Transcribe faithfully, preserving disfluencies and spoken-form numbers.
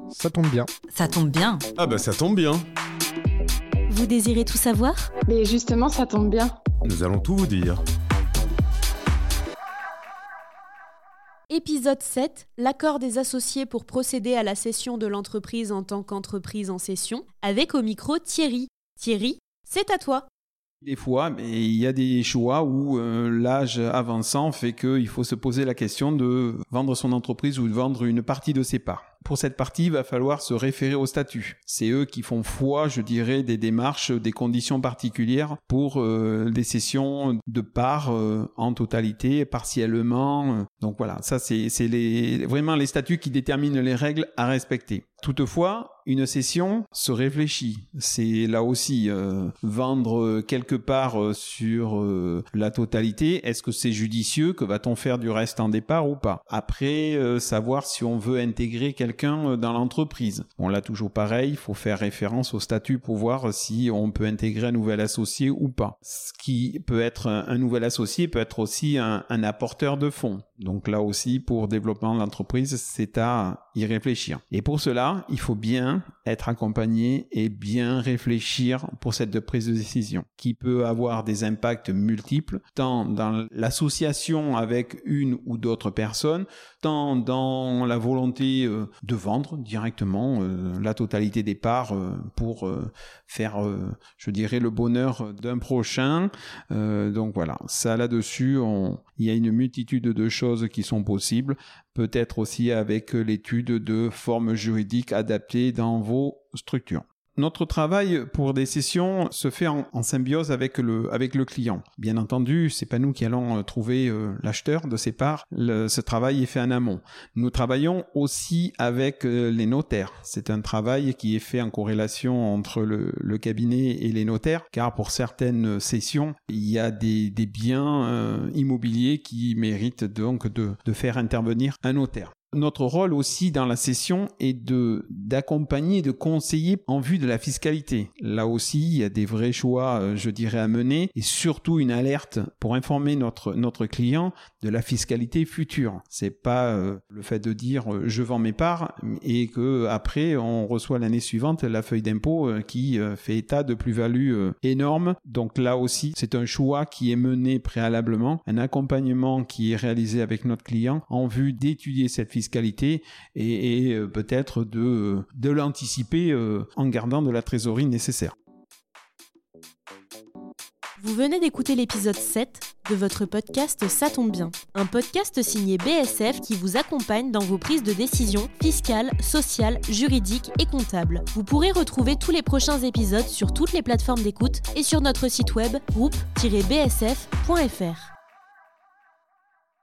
Ça tombe bien. Ça tombe bien. Ah bah ça tombe bien. Vous désirez tout savoir ? Mais justement, ça tombe bien. Nous allons tout vous dire. Épisode sept, l'accord des associés pour procéder à la cession de l'entreprise en tant qu'entreprise en cession, avec au micro Thierry. Thierry, c'est à toi. Des fois, mais il y a des choix où euh, l'âge avançant fait qu'il faut se poser la question de vendre son entreprise ou de vendre une partie de ses parts. Pour cette partie, il va falloir se référer au statut. C'est eux qui font foi, je dirais, des démarches, des conditions particulières pour euh, des cessions de parts euh, en totalité, partiellement. Donc voilà, ça c'est, c'est les, vraiment les statuts qui déterminent les règles à respecter. Toutefois, une cession se réfléchit. C'est là aussi euh, vendre quelque part euh, sur euh, la totalité. Est-ce que c'est judicieux? Que va-t-on faire du reste en départ ou pas? Après, euh, savoir si on veut intégrer quelqu'un dans l'entreprise. Bon, là, toujours pareil, il faut faire référence au statut pour voir si on peut intégrer un nouvel associé ou pas. Ce qui peut être un, un nouvel associé peut être aussi un, un apporteur de fonds. Donc là aussi, pour développement de l'entreprise, c'est à y réfléchir. Et pour cela, il faut bien être accompagné et bien réfléchir pour cette prise de décision, qui peut avoir des impacts multiples, tant dans l'association avec une ou d'autres personnes, tant dans la volonté euh, de vendre directement euh, la totalité des parts euh, pour euh, faire, euh, je dirais, le bonheur d'un prochain. Euh, donc voilà, ça là-dessus, on, il y a une multitude de choses qui sont possibles, peut-être aussi avec l'étude de formes juridiques adaptées dans vos structures. Notre travail pour des cessions se fait en, en symbiose avec le, avec le client. Bien entendu, c'est pas nous qui allons trouver euh, l'acheteur de ces parts. Le, ce travail est fait en amont. Nous travaillons aussi avec euh, les notaires. C'est un travail qui est fait en corrélation entre le, le cabinet et les notaires, car pour certaines cessions, il y a des, des biens euh, immobiliers qui méritent donc de, de faire intervenir un notaire. Notre rôle aussi dans la cession est de d'accompagner, de conseiller en vue de la fiscalité. Là aussi, il y a des vrais choix, je dirais, à mener et surtout une alerte pour informer notre notre client de la fiscalité future. C'est pas euh, le fait de dire euh, je vends mes parts et que après on reçoit l'année suivante la feuille d'impôt euh, qui euh, fait état de plus-value euh, énorme. Donc là aussi, c'est un choix qui est mené préalablement, un accompagnement qui est réalisé avec notre client en vue d'étudier cette fiscalité et, et euh, peut-être de, de l'anticiper euh, en gardant de la trésorerie nécessaire. Vous venez d'écouter l'épisode sept de votre podcast Ça tombe bien. Un podcast signé B S F qui vous accompagne dans vos prises de décision fiscales, sociales, juridiques et comptables. Vous pourrez retrouver tous les prochains épisodes sur toutes les plateformes d'écoute et sur notre site web groupe tiret b s f point f r.